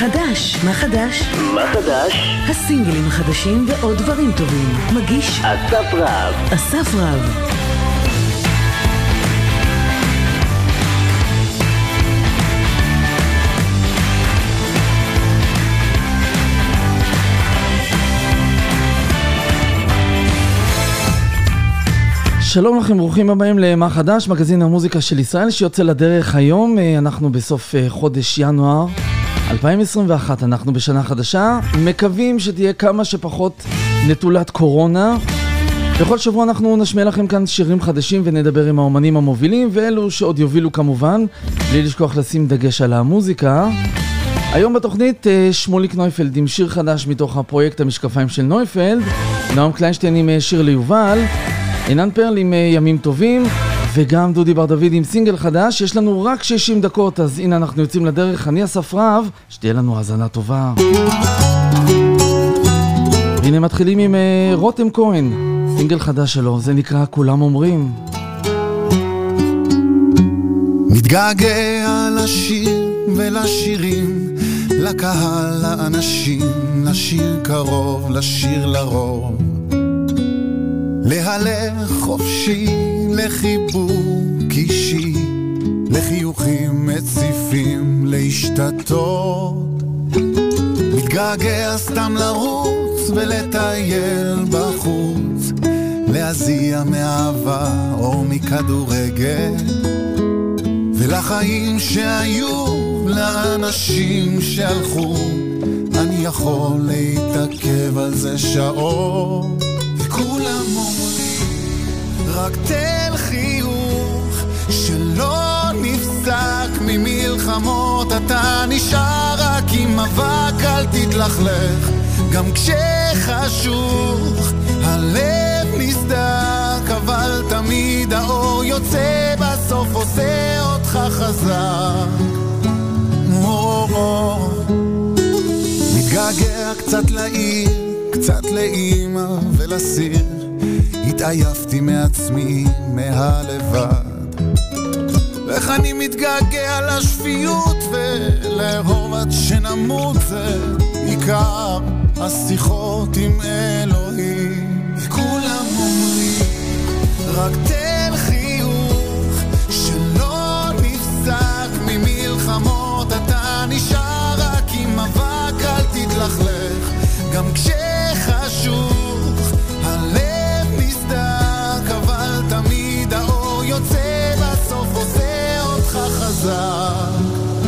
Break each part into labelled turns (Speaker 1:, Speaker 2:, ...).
Speaker 1: חדש? מה חדש?
Speaker 2: מה חדש?
Speaker 1: הסינגלים החדשים ועוד דברים טובים. מגיש
Speaker 2: אסף רב.
Speaker 1: אסף רב.
Speaker 3: שלום לכם, ברוכים הבאים למה חדש, מגזין המוזיקה של ישראל שיוצא לדרך היום. אנחנו בסוף חודש ינואר 2021, אנחנו בשנה חדשה, מקווים שתהיה כמה שפחות נטולת קורונה. בכל שבוע אנחנו נשמיע לכם כאן שירים חדשים ונדבר עם האומנים המובילים ואלו שעוד יובילו כמובן, בלי לשכוח לשים דגש על המוזיקה. היום בתוכנית שמוליק נויפלד עם שיר חדש מתוך הפרויקט המשקפיים של נויפלד, נועם קליינשטיין עם שיר ליובל, עינן פרל עם ימים טובים, וגם דודי בר דוד עם סינגל חדש. יש לנו רק 60 דקות, אז הנה אנחנו יוצאים לדרך. אני אסף רב, שתהיה לנו האזנה טובה. הנה מתחילים עם רותם כהן, סינגל חדש שלו, זה נקרא כולם אומרים.
Speaker 4: מתגעגע לשיר ולשירים, לקהל, לאנשים, לשיר קרוב, לשיר לרוב, להלך חופשי, לחיבוק אישי, לחיוכים מציפים, להשתתות. מתגעגע סתם לרוץ ולטייל בחוץ, להזיע מאהבה או מכדורגל, ולחיים שהיו, לאנשים שהלכו, אני יכול להתעכב על זה שעות. וכולם אומרים, רק תל חיוך שלא נפסק ממלחמות, אתה נשאר רק עם אבק, אל תתלכלך גם כשחשוך, הלב נסדק אבל תמיד האור יוצא בסוף, עושה אותך חזק. מתגעגע קצת לעיר, קצת לאמא ולסיר, התעייפתי מעצמי, מהלבד, איך אני מתגעגע לשפיות ולאהוב עד שנמות, זה עיקר השיחות עם אלוהים. וכולם אומרים, רק תל חיוך שלא נפסק ממלחמות, אתה נשאר רק עם אבק, אל תתלכלך גם כשחשוך, הלב נסדק אבל תמיד האור יוצא בסוף, עושה אותך חזק.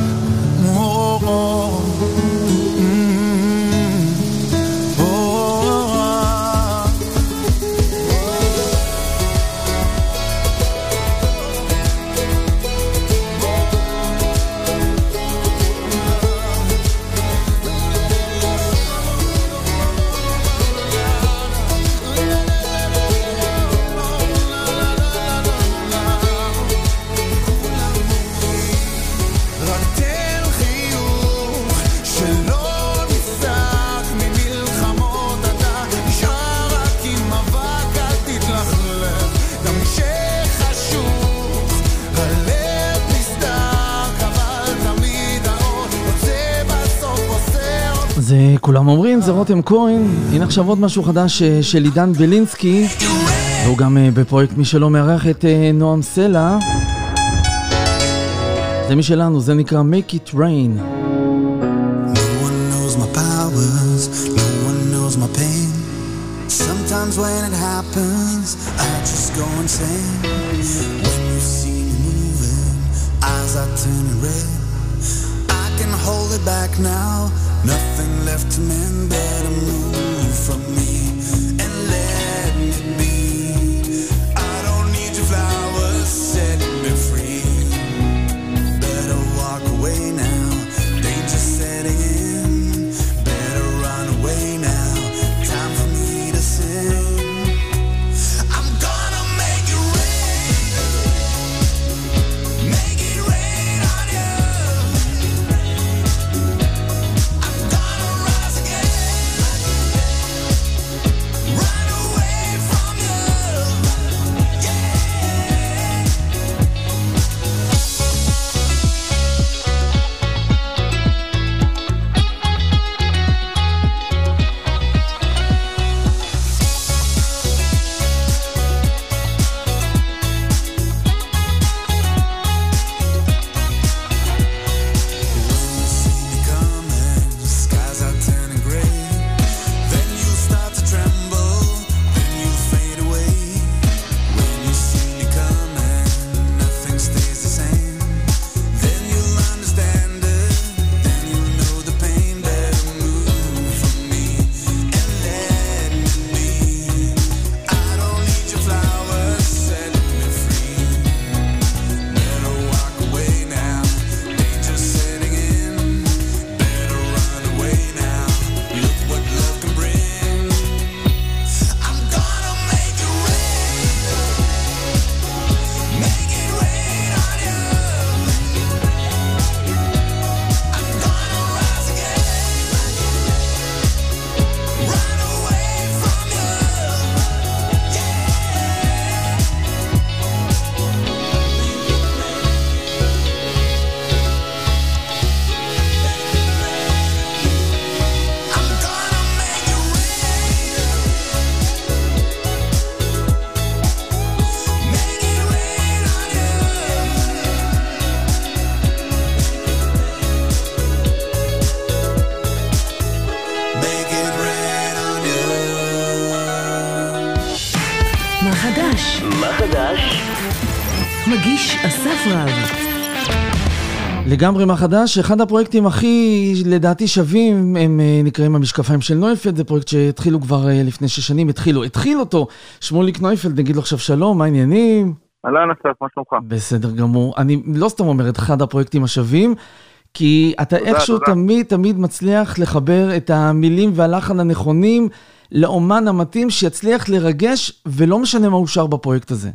Speaker 3: זה כולם אומרים, זה רותם כהן. הנה עכשיו עוד משהו חדש של עידן בלינסקי, והוא גם בפרויקט מי שלא מארח את נועם סלע, זה משלנו, זה נקרא Make It Rain.
Speaker 5: No one knows my powers, no one knows my pain. Sometimes when it happens, I just go insane. When you see me moving, eyes are turning red. I can hold it back now, nothing left to mend. Better move from me and let me be. I don't need your flowers, set me free. Better walk away now, danger setting in. Better run away now, time for me to sing. I'm gonna make it rain, make it rain on you. I'm gonna rise again.
Speaker 1: אסף רב.
Speaker 3: לגמרי מה חדש, אחד הפרויקטים הכי לדעתי שווים הם נקראים המשקפיים של נויפלד, זה פרויקט שהתחילו כבר לפני 6 שנים, התחיל אותו שמוליק נויפלד, נגיד לו עכשיו שלום, מה העניינים?
Speaker 2: אהלן אסף, מה שלומך?
Speaker 3: בסדר גמור, אני לא סתם אומר את אחד הפרויקטים השווים, כי אתה איכשהו תמיד מצליח לחבר את המילים והלחן הנכונים לאומן המתאים שיצליח לרגש ולא משנה מה אושר בפרויקט הזה.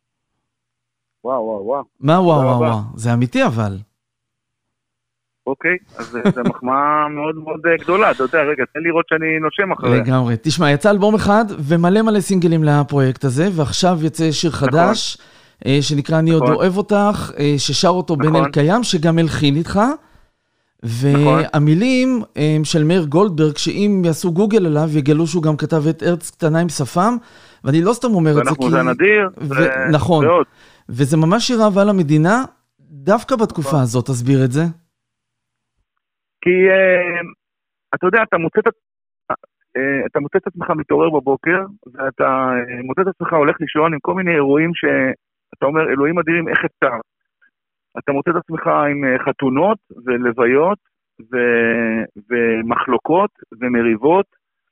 Speaker 2: וואו.
Speaker 3: מה וואו? זה אמיתי אבל.
Speaker 2: אוקיי, אז זה מחמאה מאוד מאוד גדולה, אתה יודע, רגע, תן לראות שאני נושם אחריה.
Speaker 3: לגמרי, תשמע, יצא אלבום אחד ומלא סינגלים לפרויקט הזה, ועכשיו יצא שיר חדש, שנקרא אני עוד אוהב אותך, ששר אותו בן אלקיים, שגם הלחין איתך, והמילים של מאיר גולדברג, שאם יעשו גוגל עליו, יגלו שהוא גם כתב את ארץ קטנה עם שפם, ואני לא סתם אומר את זה,
Speaker 2: ואנחנו זה נדיר,
Speaker 3: נכון, וזה ממש שיר אהבה למדינה, דווקא בתקופה הזאת, תסביר את זה.
Speaker 2: כי אתה יודע, אתה מוצא את עצמך מתעורר בבוקר, ואתה מוצא את עצמך הולך לישון עם כל מיני אירועים שאתה אומר, אלוהים אדירים, איך אפשר? אתה מוצא את עצמך עם חתונות ולוויות ומחלוקות ומריבות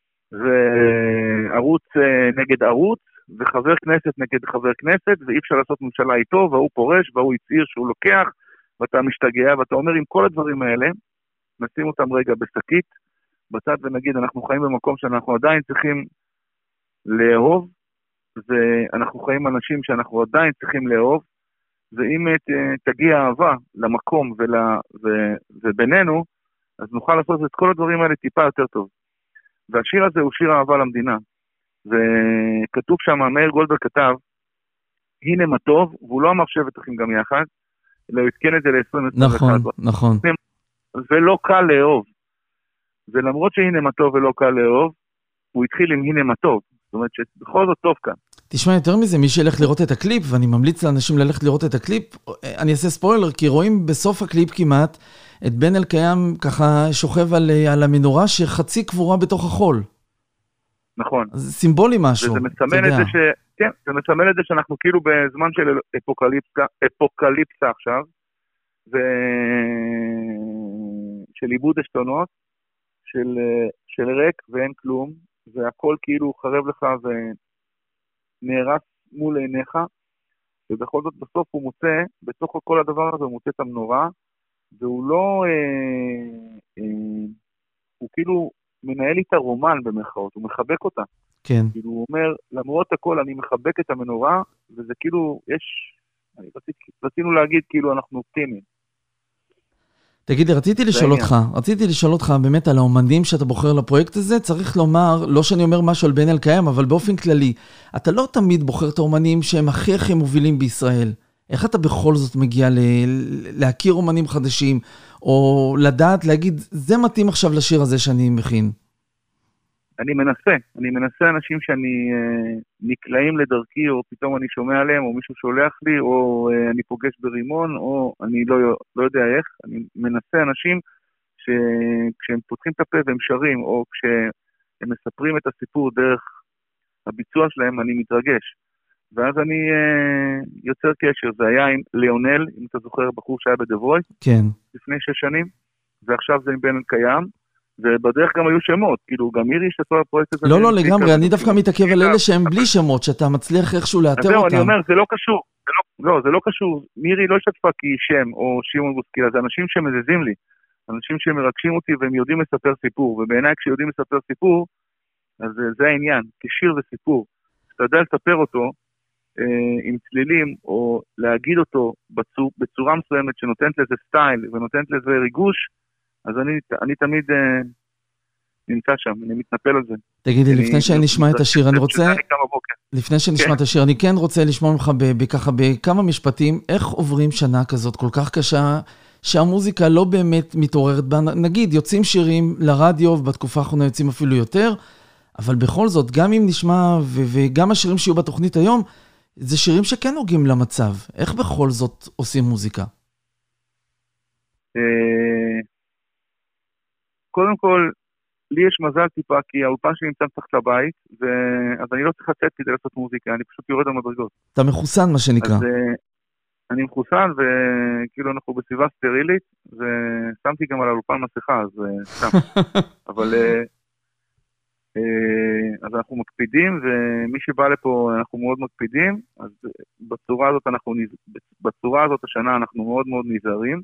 Speaker 2: וערוץ נגד ערוץ וחבר כנסת נגד חבר כנסת, ואי אפשר לעשות ממשלה איתו, והוא פורש והוא יצעיר שהוא לוקח, ואתה משתגע ואתה אומר עם כל הדברים האלה, נשים אותם רגע בשקית בצד ונגיד אנחנו חיים במקום שאנחנו עדיין צריכים לאהוב, ואנחנו חיים אנשים שאנחנו עדיין צריכים לאהוב, ואם תגיע אהבה למקום ובינינו, אז נוכל לעשות את כל הדברים האלה טיפה יותר טוב. והשיר הזה הוא שיר אהבה למדינה, וכתוב שם, מאיר גולדברג כתב, הנה מה טוב, והוא לא אמר שבת אחים גם יחד, אלא הוא התקן את זה ל-2021.
Speaker 3: נכון.
Speaker 2: ולא קל לאהוב. ולמרות שהנה מה טוב ולא קל לאהוב, הוא התחיל עם הנה מה טוב. זאת אומרת שבכל זאת טוב כאן.
Speaker 3: תשמע, יותר מזה, מי שילך לראות את הקליפ, ואני ממליץ לאנשים ללכת לראות את הקליפ, אני אעשה ספוילר, כי רואים בסוף הקליפ כמעט, את בן אלקיים ככה שוכב על המנורה, שחצי קבורה בתוך החול.
Speaker 2: נכון.
Speaker 3: זה סימבולי משהו.
Speaker 2: וזה מסמל את זה כן, זה מסמל את זה שאנחנו כאילו בזמן של אפוקליפסה עכשיו, של איבוד עשתונות, של ריק ואין כלום, והכל כאילו חרב לך ונהרס מול עיניך, ובכל זאת בסוף הוא מוצא, בתוך כל הדבר הזה הוא מוצא את המנורה, והוא לא, הוא כאילו מנהל איתה רומן במרכאות, הוא מחבק אותה.
Speaker 3: כן.
Speaker 2: כאילו הוא אומר, למרות הכל אני מחבק את המנורה, וזה כאילו, רצינו להגיד כאילו אנחנו אופטימיים.
Speaker 3: תגיד לי, רציתי לשאול אותך באמת על האומנים שאתה בוחר לפרויקט הזה, צריך לומר, לא שאני אומר משהו על בן אלקיים, אבל באופן כללי, אתה לא תמיד בוחר את האומנים שהם הכי מובילים בישראל. איך אתה בכל זאת מגיע להכיר אומנים חדשים, או לדעת, להגיד, זה מתאים עכשיו לשיר הזה שאני מכין?
Speaker 2: אני מנסה אנשים שאני נקלעים לדרכי, או פתאום אני שומע עליהם, או מישהו שולח לי, או אני פוגש ברימון, או אני לא יודע איך. אני מנסה אנשים שכשהם פותחים את הפה והם שרים, או כשהם מספרים את הסיפור דרך הביצוע שלהם, אני מתרגש. ואז אני יוצר קשר. זה היה עם ליונל, אם אתה זוכר, בחור שהיה בדברוי,
Speaker 3: כן.
Speaker 2: לפני 6 שנים, ועכשיו זה עם בן אלקיים. ובדרך גם היו שמות, כאילו גם מירי שתו הפרויקט הזה.
Speaker 3: לא, לגמרי, אני דווקא מתעכב על אלה שהם בלי שמות, שאתה מצליח איכשהו לאתר אותם.
Speaker 2: זהו, אני אומר, זה לא קשור. זה לא קשור. מירי לא השתתפה כי שם, או שמעון בוסקילה, זה אנשים שמזזים לי. אנשים שמרגשים אותי והם יודעים לספר סיפור, ובעיניי כשיודעים לספר סיפור, אז זה העניין, כשיר וסיפור. אתה יודע לספר אותו עם צלילים, או להגיד אותו בצורה מסוימת שנותנת לזה סטייל, ונותנת לזה ריגוש, אז אני תמיד נמצא שם, אני מתנפל על זה.
Speaker 3: תגיד לי, לפני שנשמע את השיר, אני כן רוצה לשמוע ממך ככה בכמה משפטים, איך עוברים שנה כזאת כל כך קשה, שהמוזיקה לא באמת מתעוררת בה, נגיד, יוצאים שירים לרדיו, ובתקופה האחרונה יוצאים אפילו יותר, אבל בכל זאת, גם אם נשמע, וגם השירים שיהיו בתוכנית היום, זה שירים שכן נוגעים למצב. איך בכל זאת עושים מוזיקה?
Speaker 2: קודם כל, לי יש מזל טיפה, כי האולפן שלי נמצא מתחת לבית, אז אני לא צריך לצאת כדי לעשות מוזיקה, אני פשוט יורד על מדרגות.
Speaker 3: אתה מחוסן, מה שנקרא.
Speaker 2: אני מחוסן, וכאילו אנחנו בסביבה סטרילית, ושמתי גם על האולפן מסכה, אז סתם. אבל אז אנחנו מקפידים, ומי שבא לפה אנחנו מאוד מקפידים, אז בצורה הזאת השנה אנחנו מאוד מאוד נזהרים.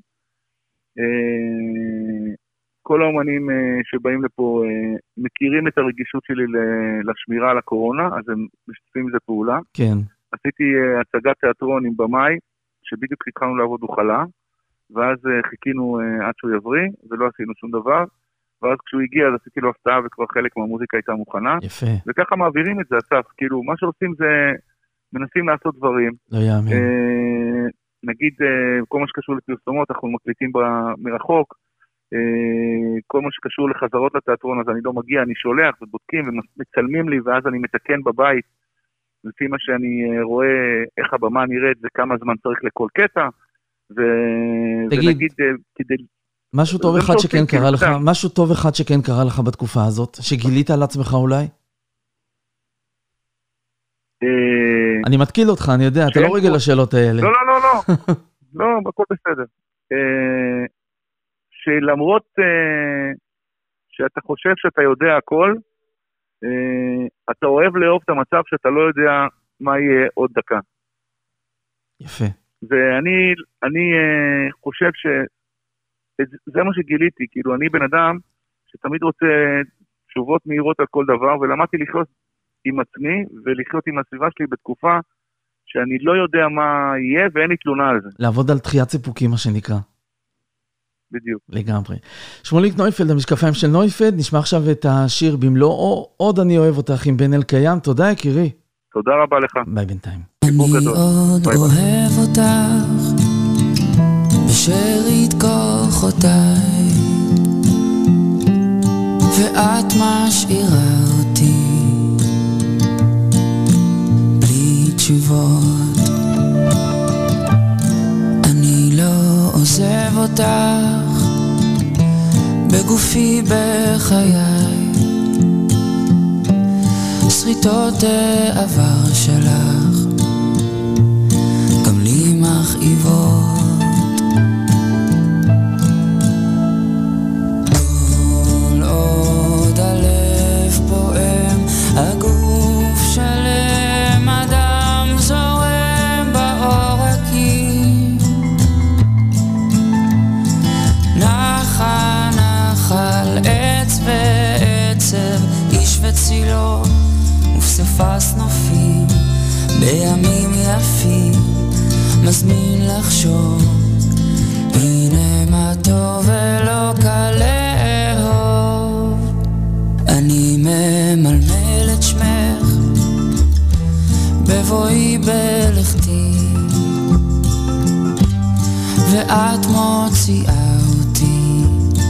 Speaker 2: כל האומנים שבאים לפה מכירים את הרגישות שלי לשמירה על הקורונה, אז הם משתפים לזה פעולה.
Speaker 3: כן.
Speaker 2: עשיתי הצגת תיאטרון עם במאי, שבדיוק התחלנו לעבוד הוא חלה, ואז חיכינו עד שהוא יבריא, ולא עשינו שום דבר, ואז כשהוא הגיע, אז עשיתי לו הפתעה, וכבר חלק מהמוזיקה הייתה מוכנה.
Speaker 3: יפה.
Speaker 2: וככה מעבירים את זה, אסף, כאילו, מה שעושים זה, מנסים לעשות דברים.
Speaker 3: לא יאמין.
Speaker 2: נגיד, כל מה שקשור לפרסומות, אנחנו מקליטים מרחוק, כל מה שקשור לחזרות לתיאטרון, אז אני לא מגיע, אני שולח, ובודקים, ומצלמים לי, ואז אני מתקן בבית, לפי מה שאני רואה, איך הבמה נראית, וכמה זמן צריך לכל קטע,
Speaker 3: תגיד, משהו טוב אחד שכן קרה לך, משהו טוב אחד שכן קרה לך בתקופה הזאת, שגילית על עצמך אולי? אני מתקיל אותך, אני יודע, אתה לא רגל לשאלות האלה.
Speaker 2: לא, לא, לא, לא, לא, הכל בסדר. שלמרות שאתה חושב שאתה יודע הכל, אתה אוהב לאהוב את המצב שאתה לא יודע מה יהיה עוד דקה.
Speaker 3: יפה.
Speaker 2: ואני חושב שזה מה שגיליתי, כאילו אני בן אדם שתמיד רוצה תשובות מהירות על כל דבר, ולמדתי לחיות עם עצמי ולחיות עם הסביבה שלי בתקופה שאני לא יודע מה יהיה ואין לי תלונה על זה.
Speaker 3: לעבוד על דחיית סיפוקים, מה שנקרא.
Speaker 2: בדיוק.
Speaker 3: לגמרי. שמוליק נויפלד, המשקפיים של נויפלד, נשמע עכשיו את השיר במלואו, עוד אני אוהב אותך עם בן אל קיים, תודה יקירי.
Speaker 2: תודה רבה לך.
Speaker 3: ביי בינתיים.
Speaker 5: אני עוד אוהב אותך, בשארית כוחותיי, ואת משאירה אותי בלי תשובות. אני לא עוזב אותך, בגופי בחיי, שריטות העבר שלך גם לי מכאיבות. כל עוד הלב פועם, הגוף שלם, הדם זורם בעורקים, נחה נחל עץ ועצב, איש וצילו ופספס נופים, בימים יפים מזמין לחשוב, הנה מה טוב ולא קל לאהוב. אני ממלמל את שמך בבואי בלכתי, ואת מוציאה אותי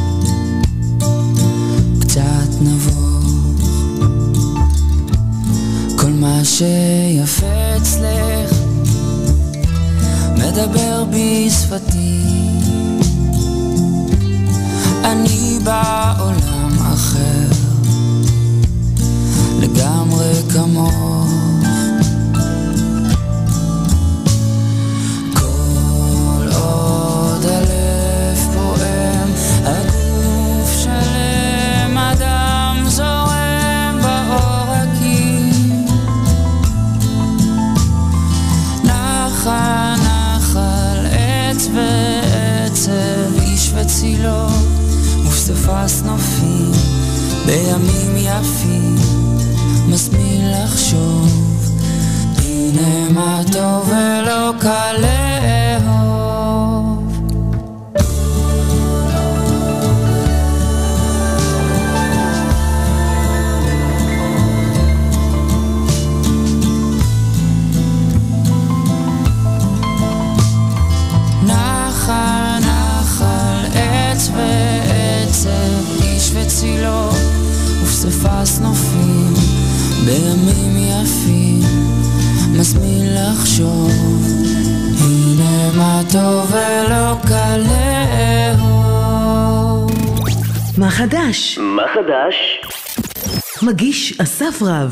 Speaker 5: קצת נבוך. כל מה שיפה אצלך מדבר בשפתי, אני בעולם אחר לגמרי כמוך. כל עוד הלב פועם, הגוף שלם, הדם זורם בעורקים, נחה נחל עץ ועצב, איש וצילו ופספס נופים, בימים יפים מזמין לחשוב, הנה מה טוב ולא קל לאהוב. נחל נחל עץ ועצב, איש וצילו ופספס נופים, בימים יפים מזמין לחשוב, הנה מה טוב ולא קל לאהוב.
Speaker 1: מה חדש?
Speaker 6: מה חדש?
Speaker 1: מגיש אסף רב.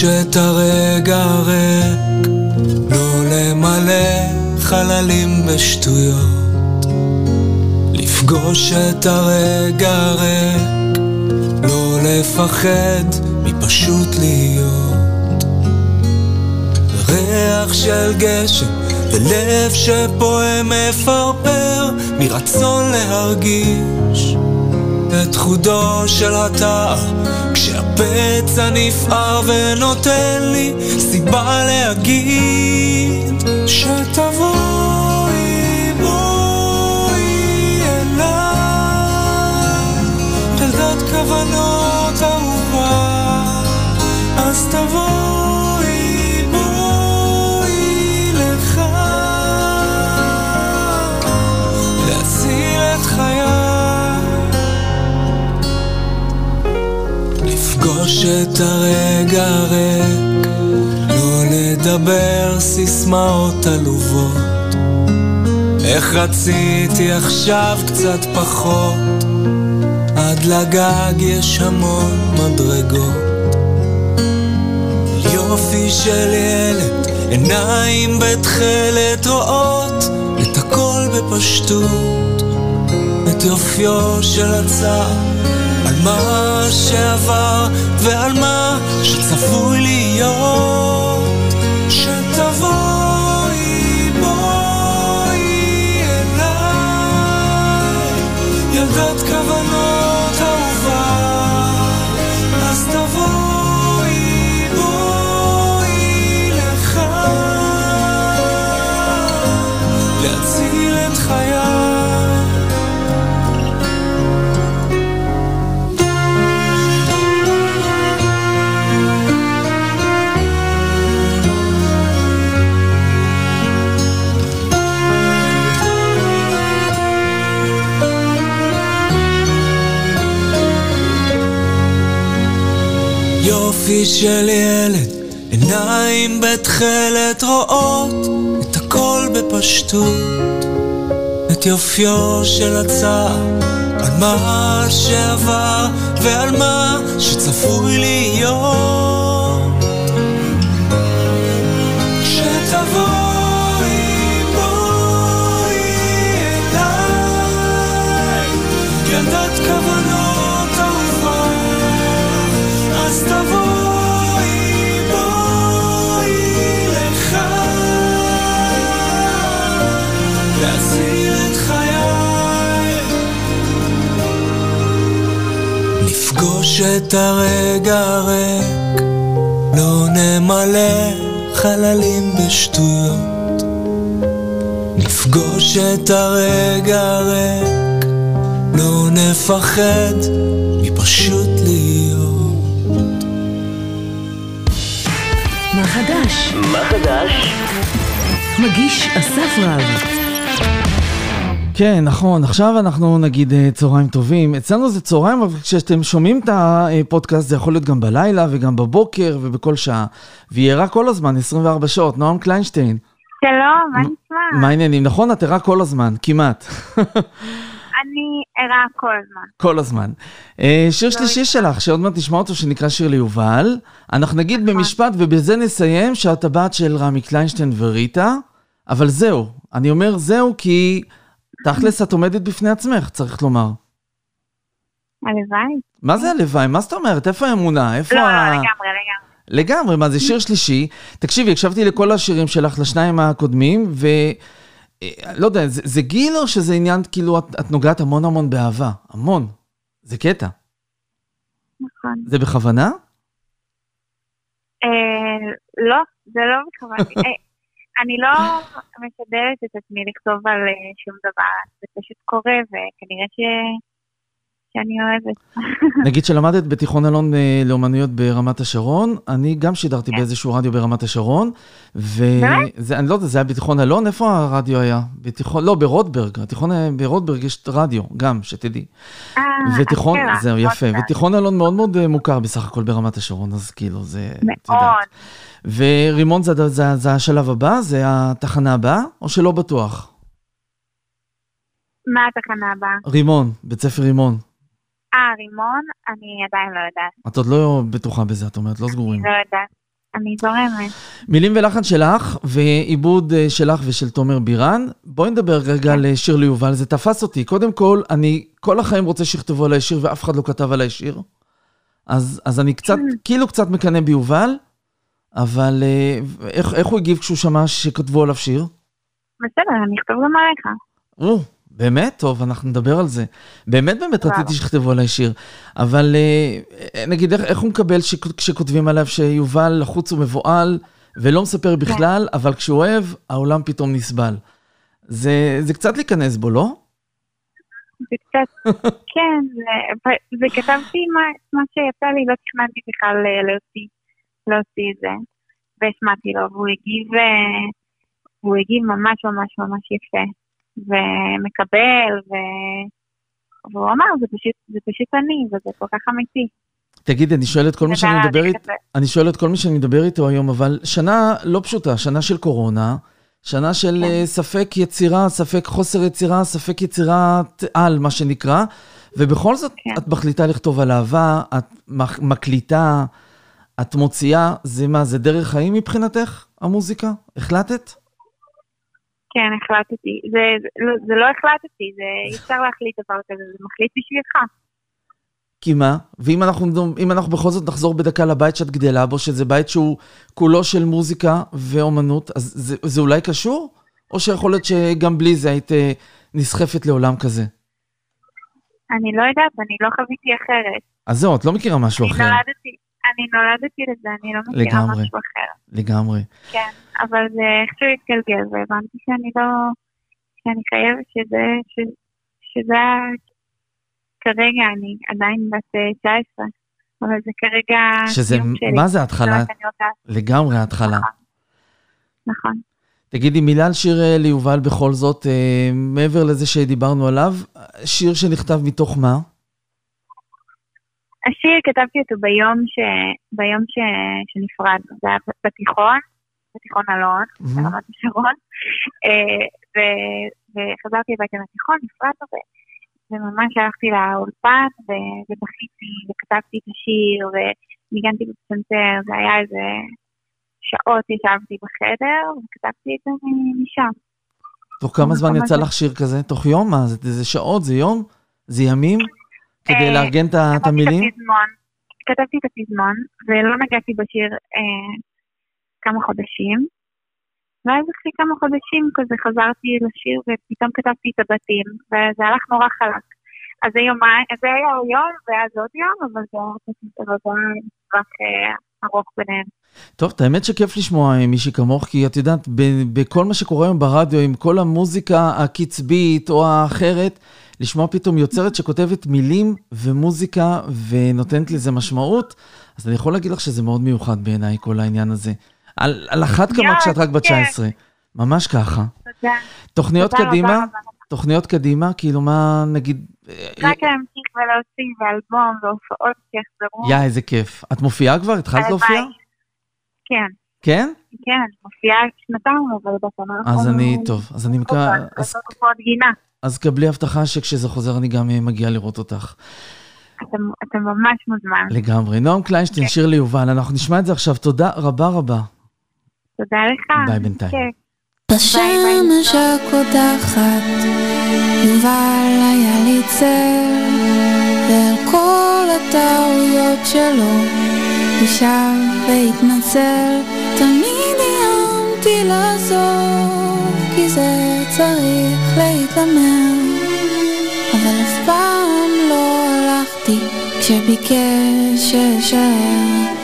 Speaker 6: לפגוש את הרגע הריק, לא למלא חללים בשטויות. לפגוש את הרגע הריק, לא לפחד מפשוט להיות. ריח של גשם ולב שפועם מפרפר מרצון להרגיש את חודו של התא, כשהפצע נפער ונותן לי סיבה להגיד שתבואי בואי אליי, ילדת כוונות אהובה, אז תבואי בואי לך להציל את חיי. לפגוש את הרגע הריק, לא לדבר סיסמאות עלובות. איך רציתי עכשיו קצת פחות, עד לגג יש המון מדרגות. יופי של ילד, עיניים בתחילת רואות את הכל בפשטות, את יופיו של הצער, על מה שעבר ועל מה שצפוי להיות. שתבואי בואי אליי, ילדת כוונות אהובה, אז תבואי בואי לך להציל את חיי. יופי של ילד, עיניים בתחילת רואות את הכל בפשטות, את יופיו של הצער, על מה שעבר ועל מה שצפוי להיות. שתבואי בואי אליי, ילדת כוונות אהובה, אז תבואי בואי לך להציל את חיי. לפגוש את הרגע הריק, לא נמלא חללים בשטויות. לפגוש את הרגע הריק, לא נפחד מפשוט להיות.
Speaker 1: מה חדש?
Speaker 7: מה חדש?
Speaker 1: מגיש אסף רב.
Speaker 3: כן, נכון, עכשיו אנחנו נגיד צהריים טובים. אצלנו זה צהריים, אבל כשאתם שומעים את הפודקאסט זה יכול להיות גם בלילה וגם בבוקר ובכל שעה. ויהיה רק כל הזמן, 24 שעות. נועם קליינשטיין.
Speaker 8: שלום, מה נשמע?
Speaker 3: מה העניינים? נכון, את ערה כל הזמן, כמעט.
Speaker 8: אני ערה כל הזמן.
Speaker 3: כל הזמן. שיר שלישי שלך, שעוד מעט נשמע אותו, שנקרא שיר ליובל. אנחנו נגיד במשפט, ובזה נסיים, שאת הבת של רמי קליינשטיין וריטה, אבל זהו. אני אומר זהו, כי תכלס את עומדת בפני עצמך, צריך לומר.
Speaker 8: הלוואי.
Speaker 3: מה זה הלוואי? מה זאת אומרת? איפה האמונה? איפה
Speaker 8: לא, לגמרי.
Speaker 3: לגמרי, מה זה שיר שלישי? תקשיבי, הקשבתי לכל השירים שלך, לשניים הקודמים, לא יודע, זה גיל או שזה עניין, כאילו את נוגעת המון המון באהבה, המון, זה קטע.
Speaker 8: נכון.
Speaker 3: זה בכוונה?
Speaker 8: לא, זה לא בכוונה. אני לא משדרת את עצמי לכתוב על שום דבר, זה פשוט קורה וכנראה שאני אוהבת.
Speaker 3: נגיד שלמדת בתיכון אלון לאומנויות ברמת השרון, אני גם שידרתי באיזשהו רדיו ברמת השרון, ואני לא יודע, זה היה בתיכון אלון, איפה הרדיו היה? לא, ברודברג, התיכון ברודברג יש רדיו, גם, שתדעי. ותיכון, זהו, יפה, ותיכון אלון מאוד מאוד מוכר בסך הכל ברמת השרון, אז כאילו זה...
Speaker 8: מאוד.
Speaker 3: ורימון זה השלב הבא? זה התחנה הבאה, או שלא בטוח?
Speaker 8: מה התחנה הבאה?
Speaker 3: רימון, בית ספר רימון.
Speaker 8: רימון, אני עדיין לא יודעת.
Speaker 3: את עוד לא בטוחה בזה, את אומרת, לא סגורים.
Speaker 8: אני לא יודעת. אני זורמת.
Speaker 3: מילים ולחן שלך, ועיבוד שלך ושל תומר בירן. בואי נדבר רגע על שיר ליובל, זה תפס אותי. קודם כל, אני כל החיים רוצה שיכתבו עליי שיר, ואף אחד לא כתב עליי שיר. אז אני קצת, כאילו קצת מקנא ביובל, אבל איך הוא הגיב כשהוא שמע שכתבו עליו שיר?
Speaker 8: בסדר, אני אכתוב גם עליך.
Speaker 3: באמת? טוב, אנחנו נדבר על זה. באמת רציתי שכתבו עליי שיר. אבל נגיד, איך הוא מקבל כשכותבים עליו שיובל לחוץ ומבועל, ולא מספר בכלל, אבל כשהוא אוהב, העולם פתאום נסבל. זה קצת להיכנס בו, לא?
Speaker 8: זה קצת, כן, וכתבתי מה שיצא לי, לא תכננתי בכלל להוציא את זה, והשמעתי לו, והוא הגיב ממש ממש ממש יפה, ומקבל, והוא אמר, זה פשוט אני, וזה כל כך אמיתי.
Speaker 3: תגיד, אני שואל את כל מי שאני מדבר איתו היום, אבל שנה לא פשוטה, שנה של קורונה, שנה של ספק יצירה, ספק חוסר יצירה, ספק יצירת על, מה שנקרא, ובכל זאת את מחליטה לכתוב על אהבה, את מקליטה, את מוציאה, זה מה, זה דרך חיים מבחינתך, המוזיקה? החלטת?
Speaker 8: כן, החלטתי. זה לא החלטתי, זה אפשר להחליט דבר כזה, זה מחליט בשבילך.
Speaker 3: כי מה? ואם אנחנו בכל זאת נחזור בדקה לבית שאת גדלה בו, שזה בית שהוא כולו של מוזיקה ואומנות, אז זה אולי קשור? או שיכול להיות שגם בלי זה היית נסחפת לעולם כזה?
Speaker 8: אני לא יודעת, אני לא חוויתי אחרת.
Speaker 3: אז זהו, את לא מכירה משהו אחר.
Speaker 8: אני נולדתי לזה, אני לא מכירה משהו אחר.
Speaker 3: לגמרי.
Speaker 8: כן, אבל זה איכשהו התגלגל, והבנתי שאני חייבת שזה כרגע, אני עדיין בת 19, אבל זה כרגע סיום שלי.
Speaker 3: מה זה ההתחלה? לגמרי ההתחלה.
Speaker 8: נכון.
Speaker 3: תגידי, מילה על שיר ליובל בכל זאת, מעבר לזה שדיברנו עליו, שיר שנכתב מתוך מה?
Speaker 8: השיר כתבתי אותו ביום שנפרדנו, זה היה בתיכון אלון, ברמת השרון, וחזרתי הביתה מהתיכון, נפרדנו, וממש הלכתי לאולפן, ובכיתי, וכתבתי את השיר, וניגנתי בפסנתר, זה היה איזה שעות ישבתי בחדר, וכתבתי את זה משם.
Speaker 3: תוך כמה זמן יצא לך שיר כזה? תוך יום? מה? זה שעות? זה יום? זה ימים? כדי לארגן את המילים?
Speaker 8: כתבתי את הפזמון, ולא נגעתי בשיר כמה חודשים, ואז אחרי כמה חודשים כזה חזרתי לשיר, ופתאום כתבתי את הבתים, וזה הלך נורא חלק. אז זה היה יום, ואז עוד יום, אבל זה היה רק ארוך ביניהם.
Speaker 3: טוב, האמת שכיף לשמוע מישהי כמוך, כי את יודעת, בכל מה שקורה היום ברדיו, עם כל המוזיקה הקצבית או האחרת, לשמוע פתאום יוצרת שכותבת מילים ומוזיקה ונותנת לזה משמעות, אז אני יכול להגיד לך שזה מאוד מיוחד בעיניי, כל העניין הזה. על אחת כמה כשאת רק בת 19. ממש ככה.
Speaker 8: תודה.
Speaker 3: תוכניות קדימה, כאילו מה נגיד...
Speaker 8: רק להמשיך ולהוציא באלבום והופעות שיחזרו.
Speaker 3: איזה כיף. את מופיעה כבר? התחלת להופיע?
Speaker 8: כן.
Speaker 3: כן?
Speaker 8: כן, מופיעה שנתיים, אבל בשנה
Speaker 3: אז אני מקווה... אז קבלי הבטחה שכשזה חוזר אני גם מגיע לראות אותך.
Speaker 8: אתה ממש מוזמן.
Speaker 3: לגמרי. נועם קליינשטיין, שיר ליובל, אנחנו נשמע את זה עכשיו. תודה רבה רבה.
Speaker 8: תודה לך.
Speaker 3: ביי בינתיים.
Speaker 7: בשמש הקודחת יובל היה לי צל, ועל כל הטעויות שלו הוא שב והתנצל. תמיד איימתי לעזוב, כי זה צריך להתאמר, אבל אף פעם לא הלכתי כשביקש שאשאר.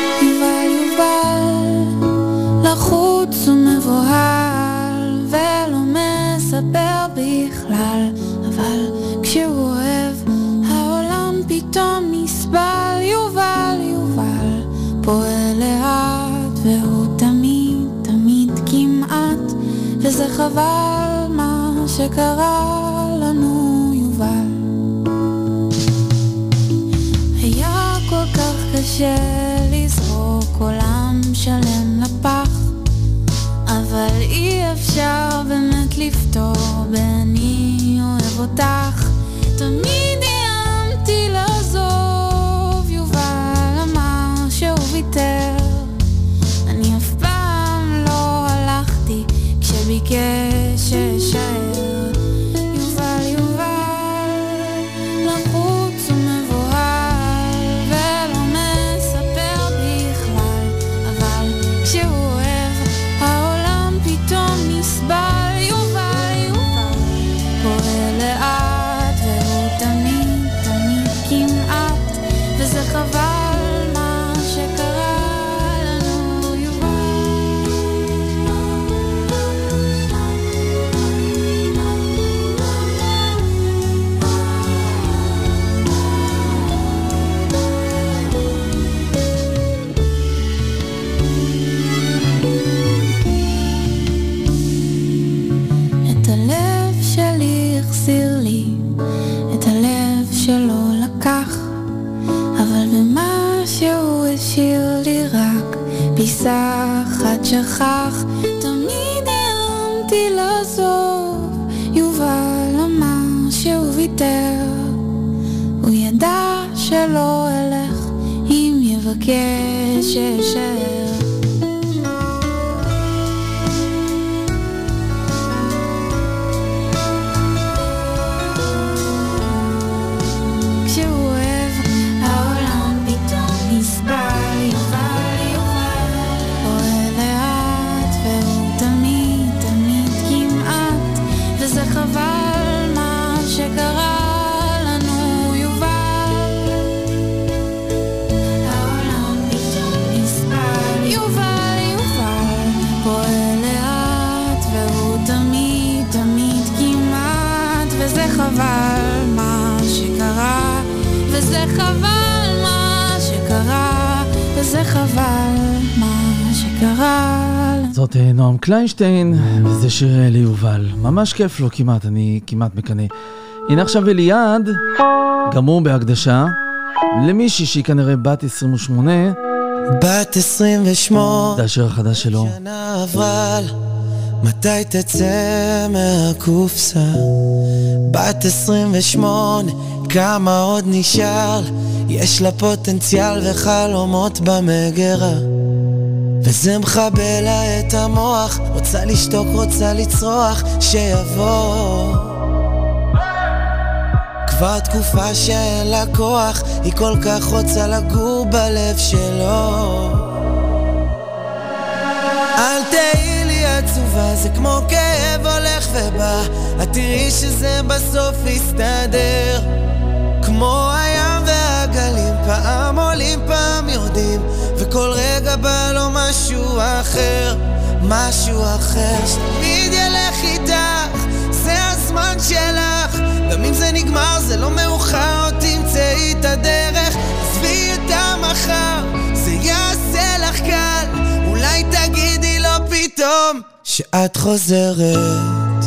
Speaker 7: יובל לחוץ ומבוהל ולא מספר בכלל, אבל כשהוא אוהב העולם פתאום נסבל. יובל פועל לאט והוא תמיד כמעט, וזה חבל מה שקרה לנו. יובל היה כל כך קשה לזרוק עולם שלם לפח, אבל אי אפשר באמת לפתור בני אוהב אותך. תמיד איימתי לעזוב, יובל אמר שהוא ויתר, שאשאר יובל יובל לחוץ ומבוהל ולא מספר בכלל אבל כשהוא אוהב העולם פתאום נסבל יובל יובל פועל לאט והוא תמיד תמיד כמעט וזה חבל מה שקרה לנו את הלב שלי החזיר לי את הלב שלא לקח אבל במה שהוא השאיר לי רק פיסה אחת שכח תמיד הרמתי לעזוב יובל אמר שהוא ויתר הוא ידע שלא אלך אם יבקש שאשאר חבל מה שקרה וזה חבל מה שקרה וזה חבל מה שקרה.
Speaker 3: זאת נועם קליינשטיין וזה שיר ליובל ממש כיף לו כמעט אני כמעט מקנה. הנה עכשיו אליעד גם הוא בהקדשה למישהי שהיא כנראה בת 28
Speaker 6: בת 28
Speaker 3: זה השיר החדש שלו
Speaker 6: שנה אבל מתי תצא מהקופסה בת 28 כמה עוד נשאר יש לה פוטנציאל וחלומות במגרה וזה מחבל לה את המוח רוצה לשתוק רוצה לצרוח שיבוא כבר תקופה שאין לה כוח היא כל כך רוצה לגור בלב שלו אל תהי לי עצובה זה כמו כאב הולך ובא את תראי שזה בסוף יסתדר כמו הים והגלים פעם עולים פעם יורדים וכל רגע בא לו משהו אחר שתמיד ילך איתך זה הזמן שלך גם אם זה נגמר זה לא מאוחר עוד תמצאי את הדרך עזבי את המחר זה יעשה לך קל אולי תגידי לו פתאום שאת חוזרת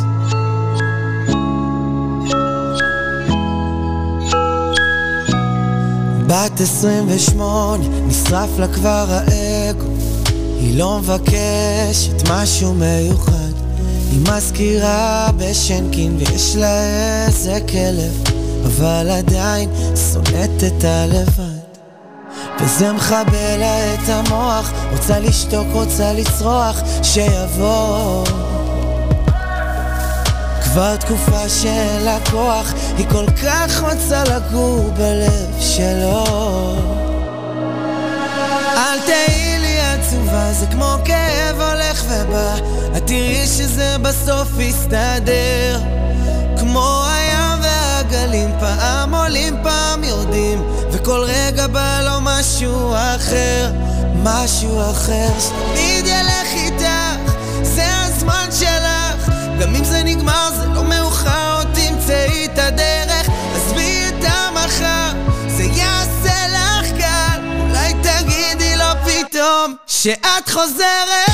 Speaker 6: בת 28 נשרף לה כבר האגו היא לא מבקשת משהו מיוחד היא מזכירה בשנקין ויש לה איזה כלב אבל עדיין שונאת את הלבד וזה מחבל לה את המוח רוצה לשתוק רוצה לצרוח שיבוא כבר תקופה שאין לה כוח היא כל כך רוצה לגור בלב שלו אל תהי לי עצובה זה כמו כאב הולך ובא את תראי שזה בסוף יסתדר כמו הים והגלים פעם עולים פעם יורדים וכל רגע בא לו משהו אחר שתמיד ילך איתך זה הזמן שלך גם אם זה נגמר זה לא מאוחר עוד תמצאי את הדרך עזבי את המחר זה יעשה לך קל אולי תגידי לו פתאום שאת חוזרת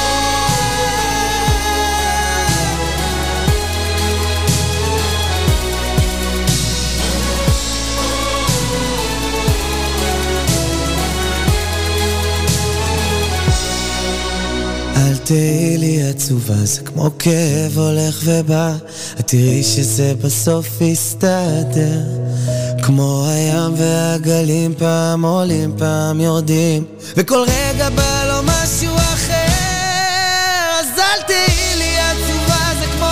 Speaker 6: אל תהי לי עצובה זה כמו כאב הולך ובא את תראי שזה בסוף יסתדר כמו הים והגלים פעם עולים פעם יורדים וכל רגע בא לו משהו אחר אז אל תהי לי עצובה זה כמו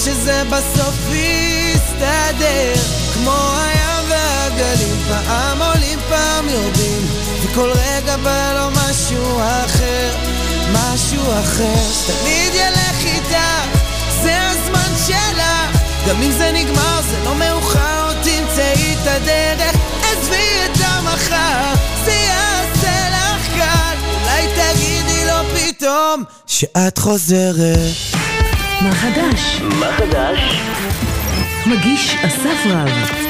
Speaker 6: שזה בסוף יסתדר, כמו הים והגלים, פעם עולים פעם יורדים, וכל רגע בא לו משהו אחר, משהו אחר, שתמיד ילך איתך, זה הזמן שלך, גם אם זה נגמר זה לא מאוחר, עוד תמצאי את הדרך, עזבי את המחר, זה יעשה לך קל, אולי תגידי לו פתאום שאת חוזרת.
Speaker 1: מה חדש?
Speaker 9: מה חדש?
Speaker 1: מגיש אסף רב.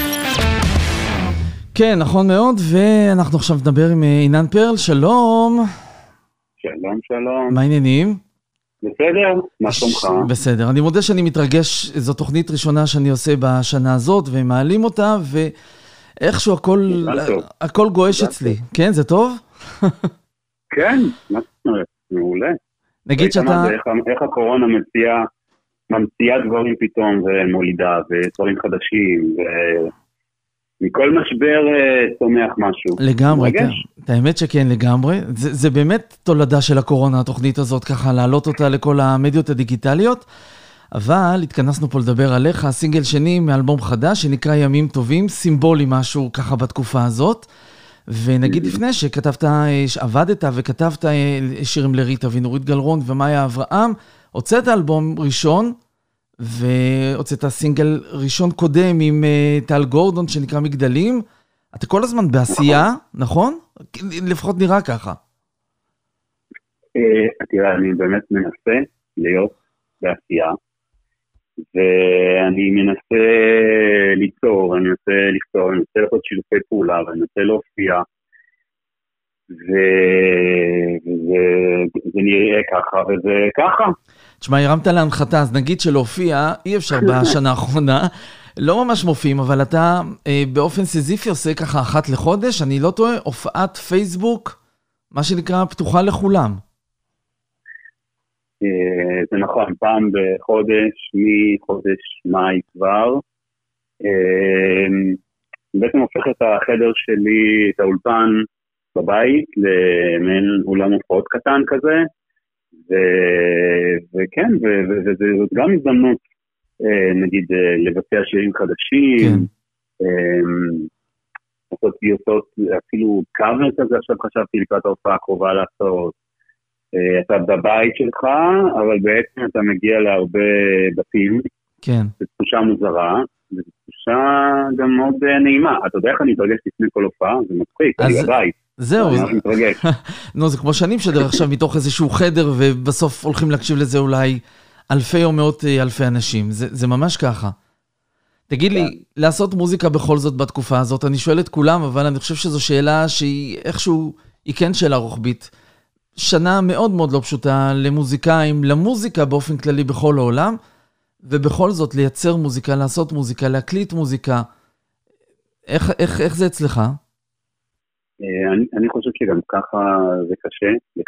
Speaker 3: כן, נכון מאוד, ואנחנו עכשיו נדבר עם אינן פרל, שלום.
Speaker 10: שלום, שלום.
Speaker 3: מה העניינים?
Speaker 10: בסדר, מה שלומך?
Speaker 3: בסדר, אני מודה שאני מתרגש, זו תוכנית ראשונה שאני עושה בשנה הזאת, ומעלים אותה, ואיכשהו הכל גואש אצלי. כן, זה טוב?
Speaker 10: כן, מה זאת אומרת? מעולה.
Speaker 3: נגיד שאתה...
Speaker 10: איך הקורונה ממציאה דברים פתאום, ומולידה, ודברים חדשים, מכל משבר צומח משהו.
Speaker 3: לגמרי, את האמת שכן לגמרי. זה באמת תולדה של הקורונה, התוכנית הזאת, ככה להעלות אותה לכל המדיות הדיגיטליות, אבל התכנסנו פה לדבר עליך, סינגל שני מאלבום חדש, שנקרא ימים טובים, סימבולי משהו ככה בתקופה הזאת, ונגיד לפני שכתבת, עבדת וכתבת שירים לריטה ונורית גלרון ומאיה אברהם, הוצאת אלבום ראשון, והוצאת סינגל ראשון קודם עם טל גורדון שנקרא מגדלים. אתה כל הזמן בעשייה, נכון? לפחות נראה ככה.
Speaker 10: תראה, אני באמת מנסה להיות בעשייה, ואני מנסה ליצור, אני מנסה לכתוב, אני מנסה לעשות שילופי פעולה, ואני מנסה להופיע, וזה נראה ככה, וזה ככה.
Speaker 3: תשמע, הרמת להנחתה, אז נגיד שלהופיע, אי אפשר בשנה האחרונה, לא ממש מופיעים, אבל אתה באופן סיזיפי עושה ככה אחת לחודש, אני לא טועה, הופעת פייסבוק, מה שנקרא פתוחה לכולם.
Speaker 10: זה נכון, פעם בחודש, מחודש מאי כבר, בעצם הופך את החדר שלי, את האולפן בבית, למעין אולם הופעות קטן כזה, וכן, וזאת גם הזדמנות, נגיד, לבצע שירים חדשים, לעשות פיוטות, אפילו קאבר כזה, עכשיו חשבתי לקראת ההופעה הקרובה לעשות, אתה בבית שלך, אבל בעצם אתה מגיע להרבה בתים, זו תחושה מוזרה, וזו תחושה גם מאוד נעימה, אתה יודע איך אני מתרגש לפני כל הופעה, זה מצחיק, אני בבית.
Speaker 3: זהו, נו, זה כמו שאני משדר עכשיו מתוך איזשהו חדר, ובסוף הולכים להקשיב לזה אולי אלפי או מאות אלפי אנשים, זה ממש ככה. תגיד לי, לעשות מוזיקה בכל זאת בתקופה הזאת, אני שואל את כולם, אבל אני חושב שזו שאלה שהיא איכשהו, היא כן שאלה רוחבית. שנה מאוד מאוד לא פשוטה למוזיקאים, למוזיקה באופן כללי בכל העולם, ובכל זאת לייצר מוזיקה, לעשות מוזיקה, להקליט מוזיקה. איך זה אצלך?
Speaker 10: אני חושב שגם ככה זה קשה, לך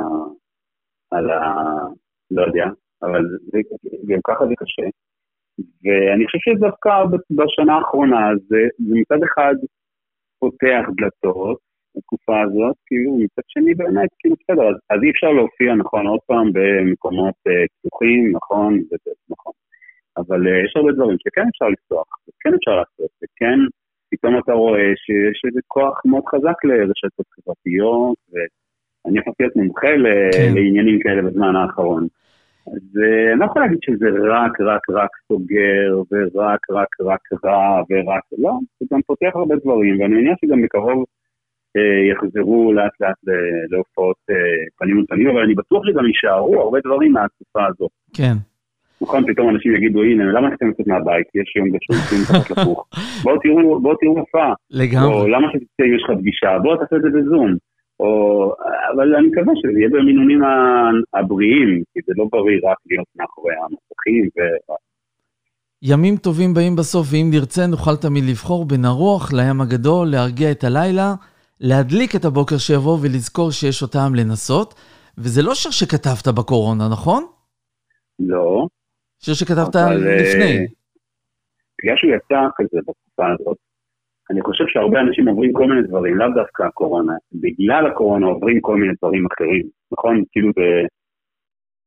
Speaker 10: לא יודע, אבל גם ככה זה קשה. ואני חושב שדווקא בשנה האחרונה, זה מצד אחד פותח דלתות, התקופה הזאת, כאילו, מצד שני באמת, כאילו, בסדר, אז אי אפשר להופיע, נכון, עוד פעם במקומות פתוחים, נכון, נכון. אבל יש הרבה דברים שכן אפשר לפתוח, וכן אפשר לעשות, וכן, פתאום אתה רואה שיש איזה כוח מאוד חזק לרשתות חברתיות, ואני יכול להיות מומחה לעניינים כאלה בזמן האחרון. אז אני לא יכול להגיד שזה רק סוגר, ורק רע, לא, זה גם פותח הרבה דברים, ואני מניח שגם בקרוב יחזרו לאט להופעות פנים ופנים, אבל אני בטוח שגם יישארו הרבה דברים מהתקופה הזאת.
Speaker 3: כן.
Speaker 10: נכון, פתאום אנשים יגידו, הנה, למה אתם יוצאים מהבית? יש יום בשביל תחת לפוך. בואו תראו הופעה.
Speaker 3: לגמרי.
Speaker 10: או למה שתצא אם יש לך פגישה? בואו תעשה את זה בזום. אבל אני מקווה שזה יהיה במינונים הבריאים, כי זה לא בריא רק להיות מאחורי המסכים.
Speaker 3: ימים טובים באים בסוף, ואם נרצה נוכל תמיד לבחור בין הרוח לים הגדול, להרגיע את הלילה, להדליק את הבוקר שיבוא ולזכור שיש אותם לנסות. וזה לא שיר שכתבת בקורונה, נכון?
Speaker 10: לא.
Speaker 3: שיר שכתבת לפני.
Speaker 10: בגלל שהוא יצא כזה בתקופה הזאת, אני חושב שהרבה אנשים עוברים כל מיני דברים, לאו דווקא הקורונה. בגלל הקורונה עוברים כל מיני דברים אחרים, נכון? כאילו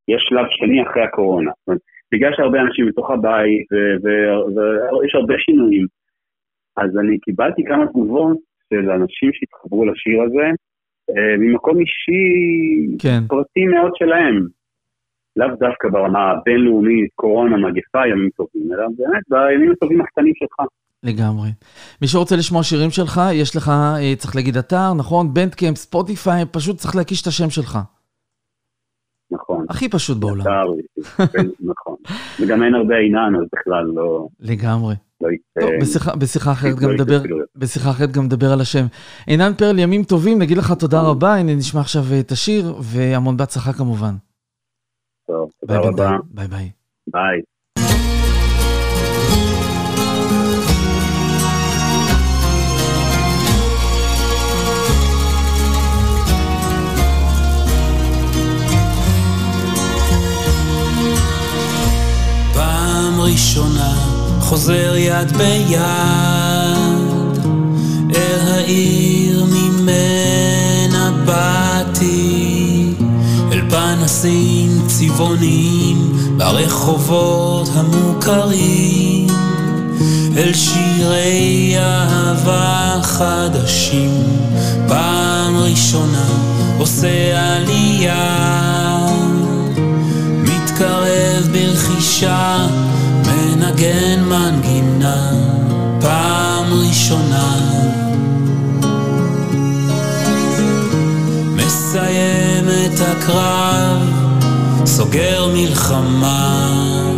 Speaker 10: יש שלב שני אחרי הקורונה. זאת אומרת, בגלל שהרבה אנשים בתוך הבית, ויש הרבה שינויים, אז אני קיבלתי כמה תגובות של אנשים שהתחברו לשיר הזה, ממקום אישי פרטי מאוד שלהם. לאו דווקא ברמה הבינלאומית, קורונה, מגפה, ימים טובים, אלא באמת בימים הטובים הקטנים שלך.
Speaker 3: לגמרי. מי שרוצה לשמוע שירים שלך, יש לך, צריך להגיד אתר, נכון? בנדקאמפ, ספוטיפיי, פשוט צריך להקיש את השם שלך.
Speaker 10: נכון.
Speaker 3: הכי פשוט בעולם.
Speaker 10: נכון. וגם אין הרבה עינן, אז בכלל לא...
Speaker 3: לגמרי. טוב, בשיחה אחרת גם מדבר על השם. עינן פרל, ימים טובים, נגיד לך תודה רבה, הנה נשמע עכשיו את השיר, והמון בהצלחה כמובן.
Speaker 10: טוב, תודה רבה.
Speaker 3: ביי ביי.
Speaker 10: ביי.
Speaker 6: פעם ראשונה חוזר יד ביד אל העיר ממנה באתי, אל פנסים צבעוניים ברחובות המוכרים, אל שירי אהבה חדשים. פעם ראשונה עושה עלייה, מתקרב ברכישה, מנגן מנגינה. פעם ראשונה מסיים את הקרב, סוגר מלחמה.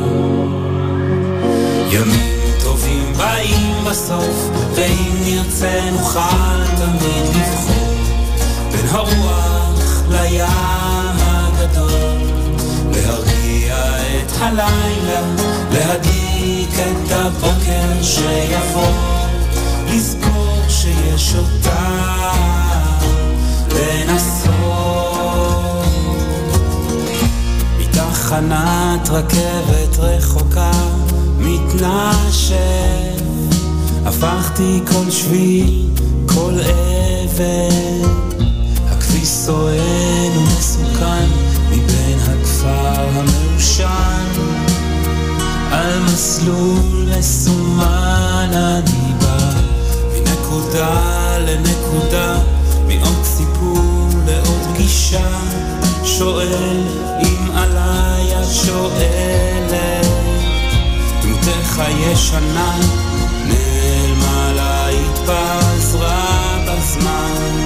Speaker 6: ימים טובים באים בסוף, ואם נרצה נוכל תמיד לבחור בין הרוח לים הגדול, להרגיע את הלילה, להדליק את הבוקר שיבוא, לזכור שיש אותה, לנסות. מתחנת רכבת רחוקה מתנשף, הפכתי כל שביל, כל אבן, הכביש סואן ומסוכן מבין הכפר המאושן, על מסלול מסומן הדיבה, מנקודה לנקודה, מעוד סיפור לעוד פגישה. שואל אם עליי את שואלת, דמותך ישנה נעלמה לה, התפזרה בזמן,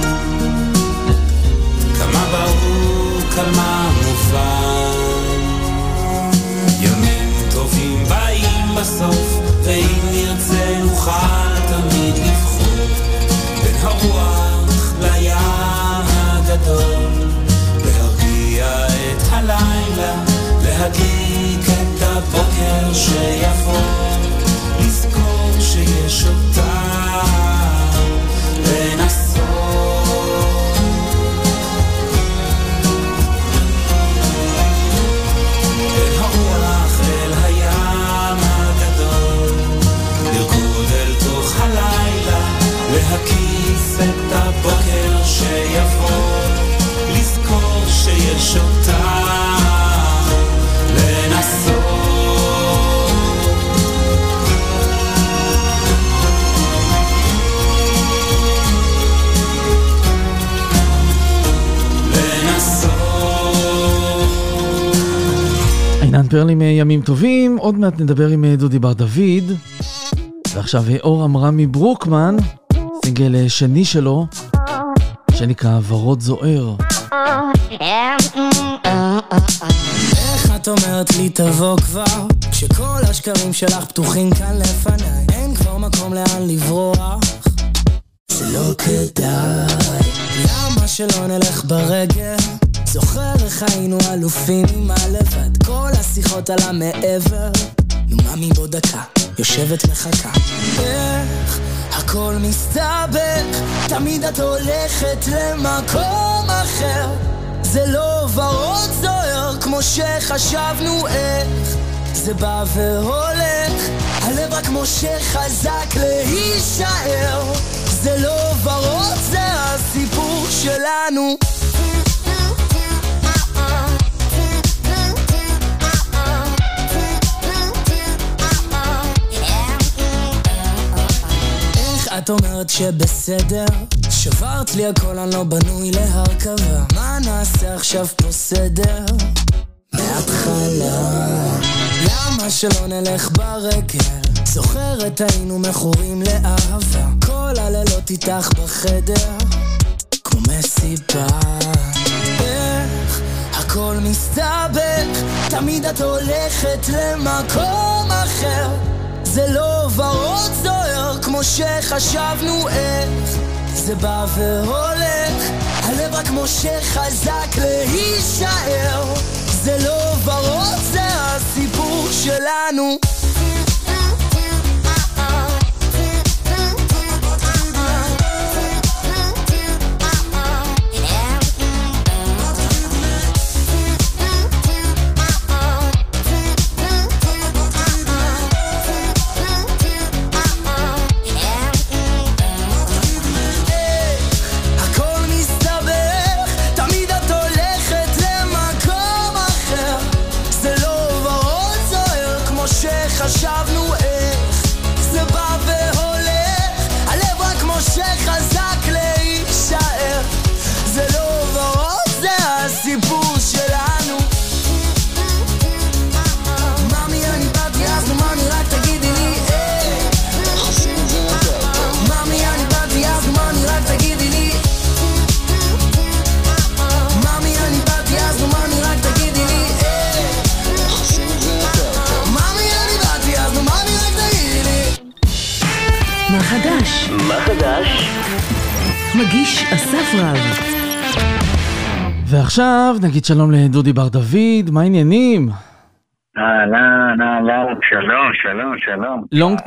Speaker 6: כמה ברור כמה מובן. ימים טובים באים בסוף, ואם נרצה נוכל תמיד לבחור בין הרוח לים הגדול, להרגיע את הלילה, להדליק את הבוקר שיבוא, לזכור שיש אותה, לנסות. אל הרוח, אל הים הגדול, לרקוד אל תוך הלילה, להקיף את הבוקר שיבוא, לזכור שיש אותה, לנסות.
Speaker 3: עינן פרל עם ימים טובים, עוד מעט נדבר עם דודי בר דוד, ועכשיו אור אמרמי ברוקמן, סינגל שני שלו, שנקרא ורוד זוהר.
Speaker 9: איך את אומרת לי תבוא כבר, כשכל השקרים שלך פתוחים כאן לפניי, אין כבר מקום לאן לברוח, זה לא כדאי. למה שלא נלך ברגל, זוכר איך היינו אלופים עם הלבד, כל השיחות על המעבר, נו מאמי בוא דקה, יושבת מחכה. איך הכל מסתבך, תמיד את הולכת למקום אחר, זה לא ורוד זוהר כמו שחשבנו, איך זה בא והולך, הלב רק כמו שחזק להישאר, זה לא ורוד, זה הסיפור שלנו. את אומרת שבסדר? שברת לי הכל, אני לא בנוי להרכבה. מה נעשה עכשיו פה סדר? מההתחלה. למה שלא נלך ברגל? זוכרת היינו מכורים לאהבה, כל הלילות איתך בחדר כמו מסיבה. איך הכל מסתבך, תמיד את הולכת למקום אחר. זה לא ורוד זוהר כמו שחשבנו. איך זה בא והולך, הלב רק כמו שחזק להישאר. זה לא ורוד, זה הסיפור שלנו. חשבנו איך זה בא והולך, הלב רק כמו שחזק להישאר. זה לא ורוד, זה הסיפור שלנו. ממי אני באתי אז, ממי רק תגידי לי ממי אני באתי אז, ממי רק תגידי לי ממי אני באתי אז, ממי רק תגידי לי
Speaker 1: מה חדש?
Speaker 11: מה חדש?
Speaker 1: מגיש אסף רב.
Speaker 3: ועכשיו נגיד שלום לדודי בר דוד, מה העניינים?
Speaker 10: שלום.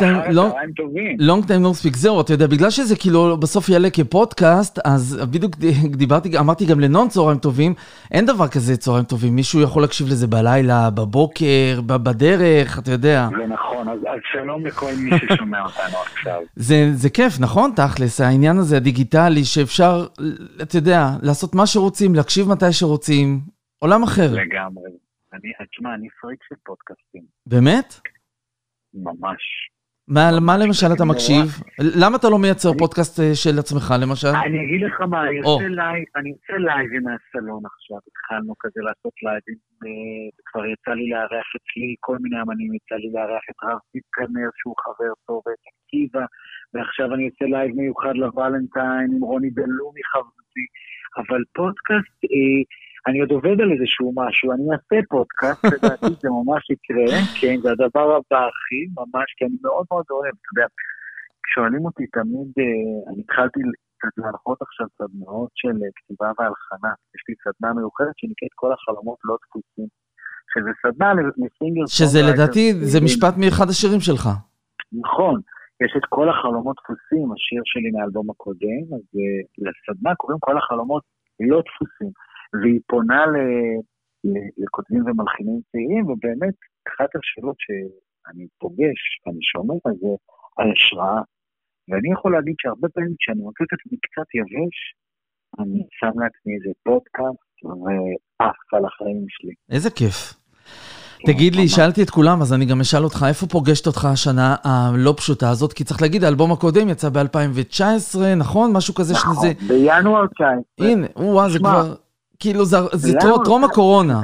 Speaker 3: long time no speak. זהו, אתה יודע, בגלל שזה כאילו בסוף יעלה כפודקאסט, אז בדיוק אמרתי גם לנון צהריים טובים, אין דבר כזה צהריים טובים, מישהו יכול להקשיב לזה בלילה, בבוקר, בדרך, אתה יודע.
Speaker 10: זה נכון, אז שלום לכל מי ששומע אותנו עכשיו.
Speaker 3: זה כיף, נכון תכלס, העניין הזה הדיגיטלי, שאפשר, אתה יודע, לעשות מה שרוצים, להקשיב מתי שרוצים, עולם אחר.
Speaker 10: לגמרי. אני פריק של פודקאסטים.
Speaker 3: באמת?
Speaker 10: ממש.
Speaker 3: מה למשל אתה מקשיב? למה אתה לא מייצר פודקאסט של עצמך למשל?
Speaker 10: אני אגיד לך מה, אני יוצא לייבים מהסלון עכשיו, התחלנו כזה לעשות לייבים, כבר יצא לי לארח אצלי כל מיני אמנים, יצא לי לארח את רב פיפקנר שהוא חבר טוב ואת עקיבא, ועכשיו אני יוצא לייב מיוחד לוולנטיין עם רוני בלומי חברתי, אבל פודקאסט, אני עוד עובד על איזשהו משהו, אני אעשה פודקאסט, לדעתי זה ממש יקרה, כן, זה הדבר הבא הכי, ממש, כי אני מאוד מאוד אוהב, אתה יודע, כשואלים אותי תמיד, אני התחלתי להנחות עכשיו סדנאות של כתיבה והלחנה, יש לי סדנה מיוחדת שנקראת כל החלומות לא דפוסים, שזה סדנה לסינגר,
Speaker 3: שזה לדעתי, זה משפט מאחד השירים שלך.
Speaker 10: נכון, יש את כל החלומות דפוסים, השיר שלי מאלבום הקודם, אז לסדנה קוראים כל החלומות לא דפוסים, והיא פונה לכותבים ומלחינים צעירים, ובאמת, אחת השאלות שאני פוגש, אני שומע על זה, על השראה, ואני יכול להגיד שהרבה פעמים כשאני מוצא את עצמי קצת יבש, אני שם לעצמי איזה פודקאסט, ואף על החיים שלי.
Speaker 3: איזה כיף. תגיד לי, שאלתי את כולם, אז אני גם אשאל אותך, איפה פוגשת אותך השנה הלא פשוטה הזאת? כי צריך להגיד, האלבום הקודם יצא ב-2019, נכון? משהו כזה
Speaker 10: נכון, בינואר 19.
Speaker 3: הנה, זה כבר... כאילו זה טרום הקורונה.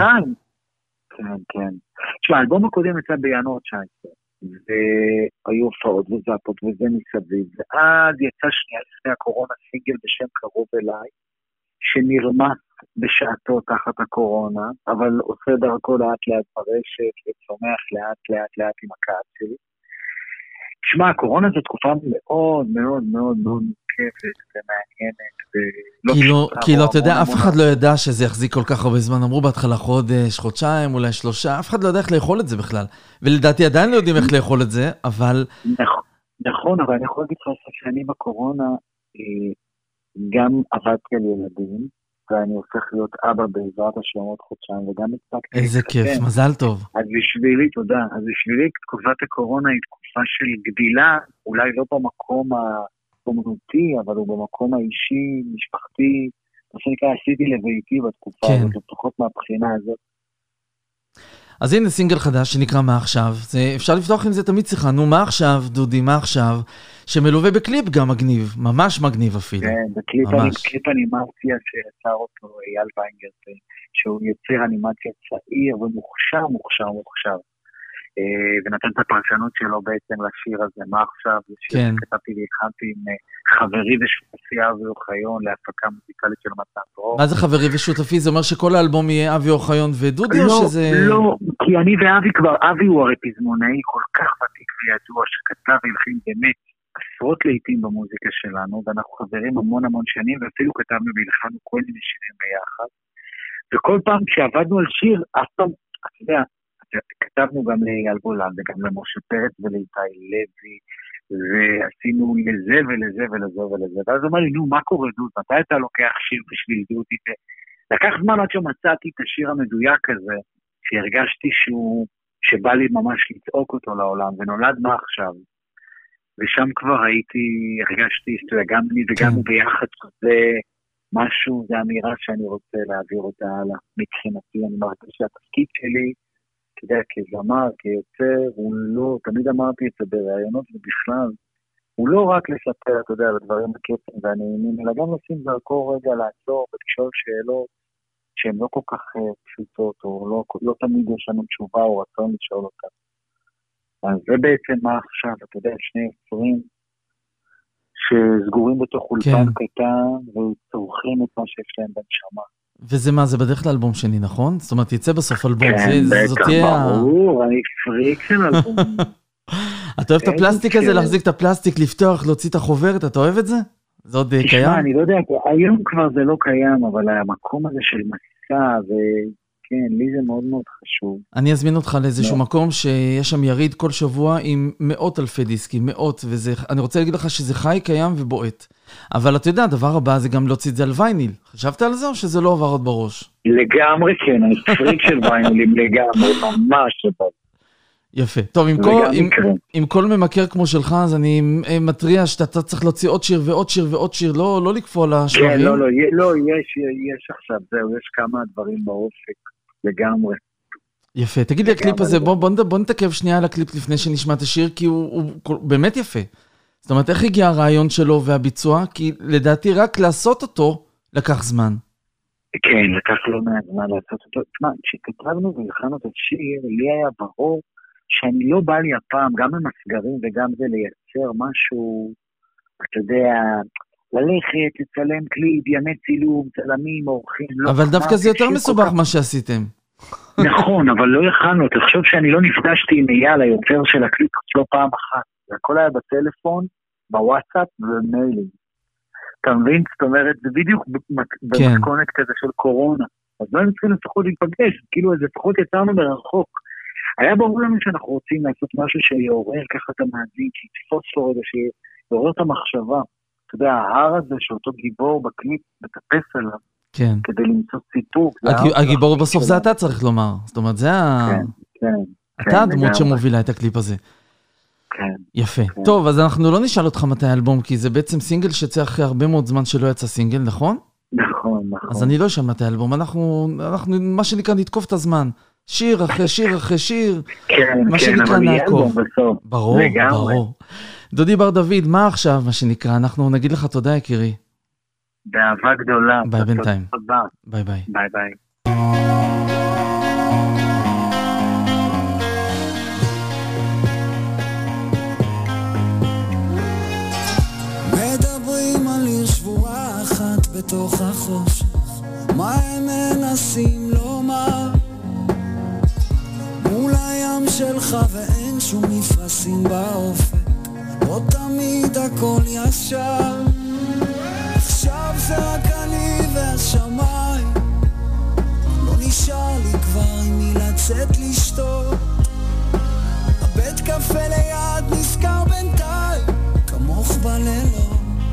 Speaker 10: כן. תשמע, האלבום הקודם יצא בינואר 19, והיו הופעות וזאפות וזה מסביב, ואז יצא שנייה לפני הקורונה סינגל בשם קרוב אליי, שנרמה בשעתו תחת הקורונה, אבל עושה דרכו לאט לאט ברשת, וצומח לאט עם הקהל שלי. תשמע, הקורונה זו תקופה מאוד מאוד מאוד מאוד מורכבת ומעניינת.
Speaker 3: כאילו, אתה יודע, אף אחד לא ידע שזה יחזיק כל כך הרבה זמן. אמרו בהתחלה חודש, חודשיים, אולי 3, אף אחד לא יודע איך לאכול את זה בכלל. ולדעתי עדיין לא יודעים איך לאכול את זה, אבל...
Speaker 10: נכון, אבל אני יכול להגיד לך שאני בקורונה גם עבדתי על ילדים, ואני הופך להיות אבא בעזרת השם עוד חודשיים, וגם הספקתי...
Speaker 3: איזה כיף, מזל טוב.
Speaker 10: אז בשבילי, תודה. אז בשבילי תקופת הקורונה היא תקופה של גדילה, אולי לא במקום האומנותי, אבל הוא במקום האישי, משפחתי, מה שנקרא, עשיתי לביתי בתקופה הזאת, לפחות מהבחינה הזאת.
Speaker 3: אז הנה סינגל חדש שנקרא מה עכשיו. אפשר לפתוח עם זה תמיד שיחה. נו, מה עכשיו, דודי, מה עכשיו? שמלווה בקליפ גם מגניב, ממש מגניב אפילו.
Speaker 11: כן, בקליפ אנימציה שיצר אותו אייל ויינגרט, שהוא יוצר אנימציה צעיר ומוכשר. ונתן את הפרשנות שלו בעצם לשיר הזה, מה עכשיו? זה שיר שכתבתי והכנתי עם חברי ושותפי אבי אוחיון להפקה מוזיקלית של מתן דרור.
Speaker 3: מה זה חברי ושותפי? זה אומר שכל האלבום יהיה אבי אוחיון ודודי או שזה...
Speaker 11: לא, כי אני ואבי כבר, אבי הוא הרי פזמונאי כל כך ותיק וידוע שכתב והלחין באמת עשרות לעיתים במוזיקה שלנו, ואנחנו חברים המון שנים, ואפילו כתבנו והלחנו כל מיני שירים ביחד. וכל פעם כשעבדנו על שיר, אף פעם, אתה יודע, כתבנו גם לאייל גולן וגם למשה פרץ ולאיתי לוי, ועשינו לזה ולזה ולזה ולזה, ואז הוא אמר לי, נו, מה קורה דוד? מתי אתה לוקח שיר בשביל דודי? לקח זמן עד שמצאתי את השיר המדויק הזה, שהרגשתי שבא לי ממש לצעוק אותו לעולם, ונולד מה עכשיו? ושם כבר הרגשתי, גם לי וגם הוא ביחד, זה משהו, זה אמירה שאני רוצה להעביר אותה הלאה. מבחינתי, אני מרגיש שהתפקיד שלי, אתה יודע, כזמר, כיוצר, הוא לא, תמיד אמרתי את זה ברעיונות ובכלל, הוא לא רק לספר, אתה יודע, על הדברים הקטנים והנעימים, אלא גם לשים זרקור רגע לעצור ולשאול שאלות שהן לא כל כך פשוטות, או לא תמיד יש לנו תשובה או רצון לשאול אותה. אז זה בעצם מה עכשיו, אתה יודע, שני יוצרים שסגורים בתוך אולפן קטן וצורכים את מה שיש להם בנשמה.
Speaker 3: וזה מה, זה בדרך כלל אלבום שני, נכון? זאת אומרת, יצא בסוף אלבום.
Speaker 11: כן, בטח, ברור, אני פריק של אלבום.
Speaker 3: אתה אוהב את הפלסטיק הזה, להחזיק את הפלסטיק, לפתוח, להוציא את החוברת, אתה אוהב את זה? זה עוד קיים?
Speaker 11: תשמע, אני לא יודע, היום כבר זה לא קיים, אבל המקום הזה של מסע, וכן, לי זה מאוד מאוד חשוב.
Speaker 3: אני אזמין אותך לאיזשהו מקום שיש שם יריד כל שבוע עם מאות אלפי דיסקים, מאות, ואני רוצה להגיד לך שזה חי, קיים ובועט. אבל אתה יודע, הדבר הבא זה גם להוציא את זה על וייניל. חשבת על זה או שזה לא עבר עוד בראש?
Speaker 11: לגמרי כן, אני פריק של ויינילים לגמרי, ממש טוב.
Speaker 3: יפה. טוב, עם כל ממכר כמו שלך, אז אני מטריע שאתה צריך להוציא עוד שיר ועוד שיר ועוד שיר, לא לקפוא על השלבים.
Speaker 11: כן, לא, יש עכשיו, זהו, יש כמה דברים באופק, לגמרי.
Speaker 3: יפה, תגיד לי הקליפ הזה, בוא נתעכב שנייה על הקליפ לפני שנשמע את השיר, כי הוא באמת יפה. זאת אומרת, איך הגיע הרעיון שלו והביצוע? כי לדעתי רק לעשות אותו לקח זמן.
Speaker 11: כן, לקח לא מעט זמן לעשות אותו. תשמע, כשכתבנו והלחנו את השיר, לי היה ברור שאני לא בא לי הפעם, גם במסגרים וגם זה לייצר משהו, אתה יודע, ללכת, לצלם קליפ, ימי צילום, צלמים, אורחים.
Speaker 3: אבל דווקא זה יותר מסובך מה שעשיתם.
Speaker 11: נכון, אבל לא יכלנו. תחשוב שאני לא נפגשתי עם אייל, היוצר של הקליפ, לא פעם אחת. הכל היה בטלפון, בוואטסאפ ובמיילים. אתה מבין? זאת אומרת, זה בדיוק במתכונת כזה של קורונה. אז לא היינו צריכים לפחות להיפגש, כאילו אז לפחות יצרנו מרחוק. היה ברור לנו שאנחנו רוצים לעשות משהו שיעורר ככה את המאזין, שיתפוס לו רגע, שיעורר את המחשבה. אתה יודע, ההר הזה שאותו גיבור בקליפ מטפס עליו, כדי למצוא סיפור.
Speaker 3: הגיבור בסוף זה אתה צריך לומר. זאת אומרת, זה אתה הדמות שמובילה את הקליפ הזה. יפה. טוב, אז אנחנו לא נשאל אותך מתי האלבום, כי זה בעצם סינגל שיצא אחרי הרבה מאוד זמן שלא יצא סינגל, נכון?
Speaker 11: נכון.
Speaker 3: אז אני לא אשאל מתי האלבום, אנחנו מה שנקרא נתקוף את הזמן. שיר אחרי שיר אחרי שיר.
Speaker 11: כן, אבל יהיה אלבום בסוף.
Speaker 3: ברור. דודי בר דוד, מה עכשיו מה שנקרא? אנחנו נגיד לך תודה יקירי.
Speaker 11: באהבה גדולה.
Speaker 3: ביי בינתיים. ביי.
Speaker 11: ביי.
Speaker 9: בתוך החושך, מה הם מנסים לומר? מול הים שלך ואין שום מפרשים באופק, לא תמיד הכל ישר. עכשיו זה רק אני והשמיים, לא נשאר לי כבר עם מי לצאת לשתות. הבית קפה ליד נזכר בינתיים, כמוך בלילות.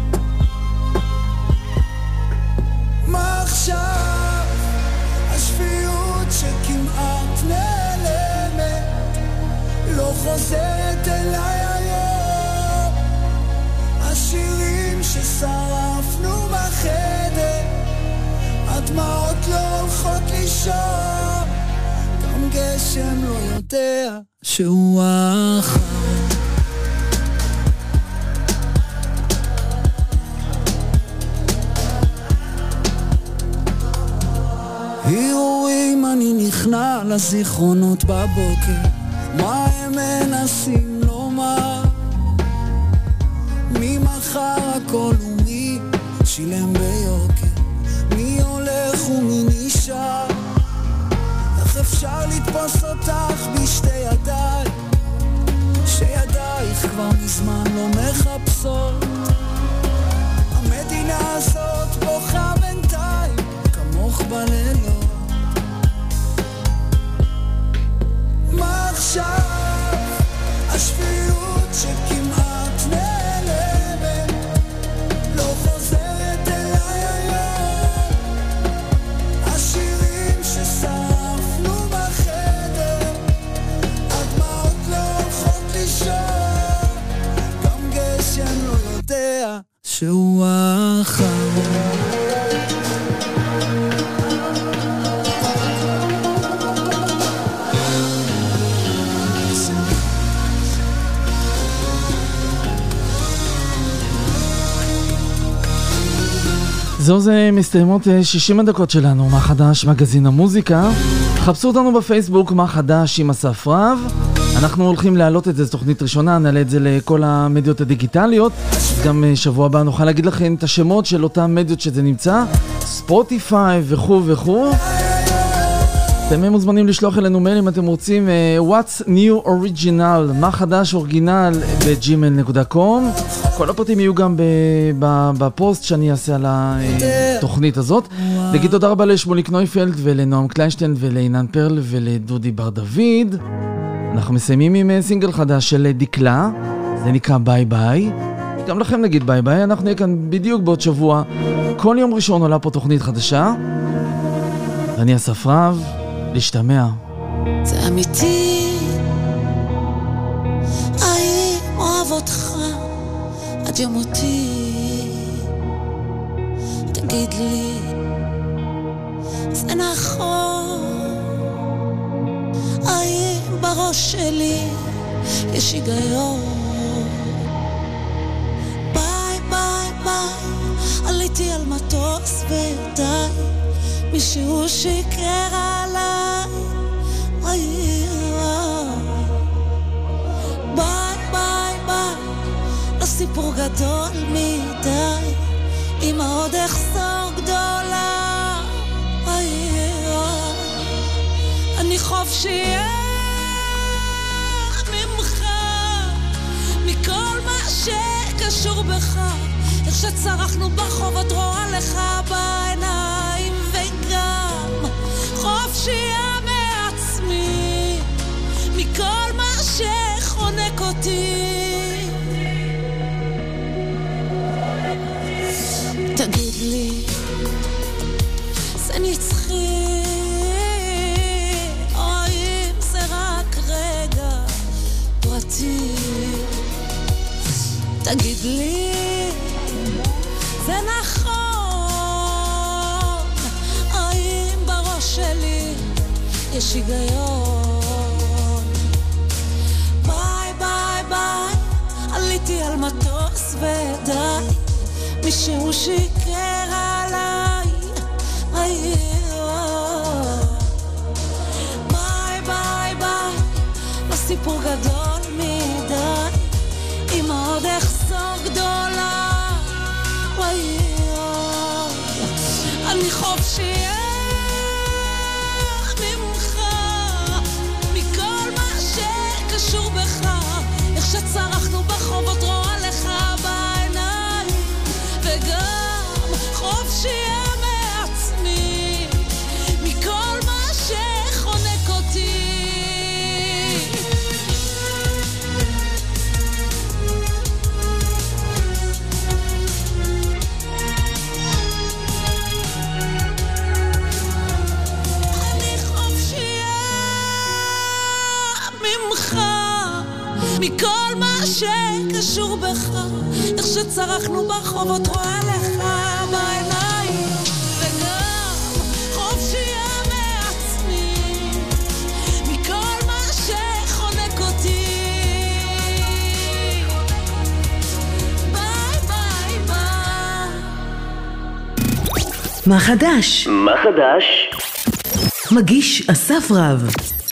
Speaker 9: מה עכשיו? השפיות שכמעט נעלמת לא חוזרת אליי היום. השירים ששרפנו בחדר, הדמעות לא הולכות לישון, גם גשם
Speaker 5: יודע שהוא האחרון. הרהורים אני נכנע לזיכרונות בבוקר, מה הם מנסים לומר? מי מחר הכל ומי שילם ביוקר, מי הולך ומי נשאר? איך אפשר לתפוס אותך בשתי ידיי, שידייך כבר מזמן לא מחפשות? המדינה הזאת בוכה בינתיים כמוך בלילות. מה עכשיו? השפיות שכמעט נעלמת לא חוזרת אליי היום. השירים ששרפנו בחדר, הדמעות לא הולכות לישון, גם גשם לא יודע שהוא האחרון.
Speaker 3: זהו זה מסתיימות 60 הדקות שלנו, מה חדש מגזין המוזיקה. חפשו אותנו בפייסבוק, מה חדש עם אסף רב. אנחנו הולכים להעלות את זה, זו תוכנית ראשונה, נעלה את זה לכל המדיות הדיגיטליות. גם שבוע הבא נוכל להגיד לכם את השמות של אותם מדיות שזה נמצא, ספוטיפיי וכו' וכו'. אתם מוזמנים לשלוח אלינו מייל אם אתם רוצים, what's new original, מה חדש אורגינל ב-gmail.com. כל הפרטים יהיו גם בפוסט שאני אעשה על התוכנית הזאת. נגיד תודה רבה לשמוליק נויפלד ולנועם קליינשטיין ולעינן פרל ולדודי בר דוד. אנחנו מסיימים עם סינגל חדש של דקלה, זה נקרא ביי ביי. גם לכם נגיד ביי ביי, אנחנו נהיה כאן בדיוק בעוד שבוע. כל יום ראשון עולה פה תוכנית חדשה. אני אסף רב, להשתמע.
Speaker 12: זה אמיתי, אני אוהב אותך עד ימותי. תגיד לי, זה נכון, האם בראש שלי יש היגיון? ביי ביי ביי, עליתי על מטוס ודי, מישהו שיקר עליי. ביי ביי ביי, לא סיפור גדול מדי, אמא עוד אחזור גדולה. אני חופשייה ממך, מכל מה שקשור בך, איך שצרחנו בחובות רואה לך בעיניים, וגם חופשייה מעצמי, מכל מה שחונק אותי. תגיד לי, זה נצחי או אם זה רק רגע פרטי? תגיד לי, זה נכון, האם בראש שלי יש היגיון? ביי ביי ביי, עליתי על מטוס ודי, מישהו שיקר עליי. ביי ביי ביי, לא סיפור גדול מדי, אמא עוד אחזור גדולה. אני חופשייה ממך, מכל מה שקשור בך, איך שצרחנו בחובות רואה לך בעיניים, וגם חופשייה מעצמי, מכל מה שחונק אותי. מכל מה שקשור בך, איך שצרחנו ברחובות רואה לך בעיניים, וגם חופשייה מעצמי, מכל מה
Speaker 1: מה חדש?
Speaker 13: מה חדש?
Speaker 1: מגיש אסף רב.